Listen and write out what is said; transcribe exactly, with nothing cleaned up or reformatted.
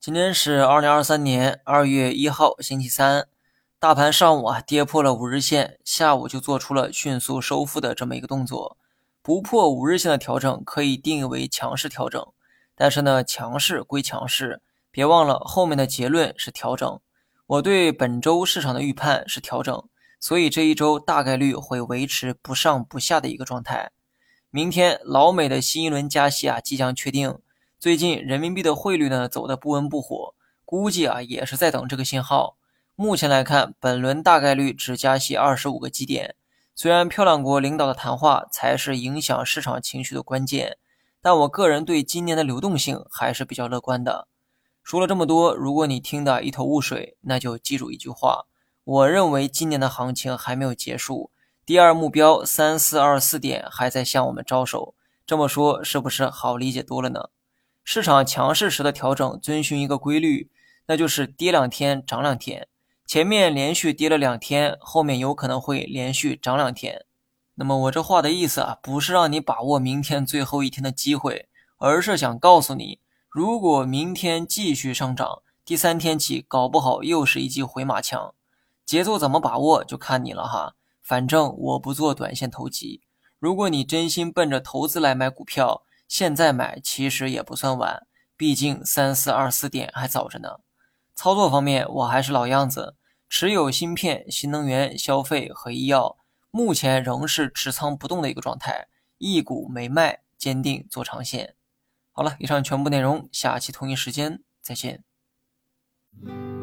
今天是二零二三年二月一号，星期三。大盘上午啊跌破了五日线，下午就做出了迅速收复的这么一个动作。不破五日线的调整可以定义为强势调整，但是呢，强势归强势，别忘了后面的结论是调整。我对本周市场的预判是调整，所以这一周大概率会维持不上不下的一个状态。明天老美的新一轮加息啊即将确定。最近人民币的汇率呢走得不温不火，估计啊也是在等这个信号。目前来看，本轮大概率只加息二十五个基点。虽然漂亮国领导的谈话才是影响市场情绪的关键，但我个人对今年的流动性还是比较乐观的。说了这么多，如果你听得一头雾水，那就记住一句话：我认为今年的行情还没有结束，第二目标三四二四点还在向我们招手。这么说是不是好理解多了呢？市场强势时的调整遵循一个规律，那就是跌两天涨两天。前面连续跌了两天，后面有可能会连续涨两天。那么我这话的意思啊，不是让你把握明天最后一天的机会，而是想告诉你，如果明天继续上涨，第三天起搞不好又是一记回马枪。节奏怎么把握就看你了哈，反正我不做短线投机。如果你真心奔着投资来买股票，现在买其实也不算晚，毕竟三四二四点还早着呢。操作方面我还是老样子，持有芯片、新能源、消费和医药，目前仍是持仓不动的一个状态，一股没卖，坚定做长线。好了，以上全部内容，下期同一时间再见。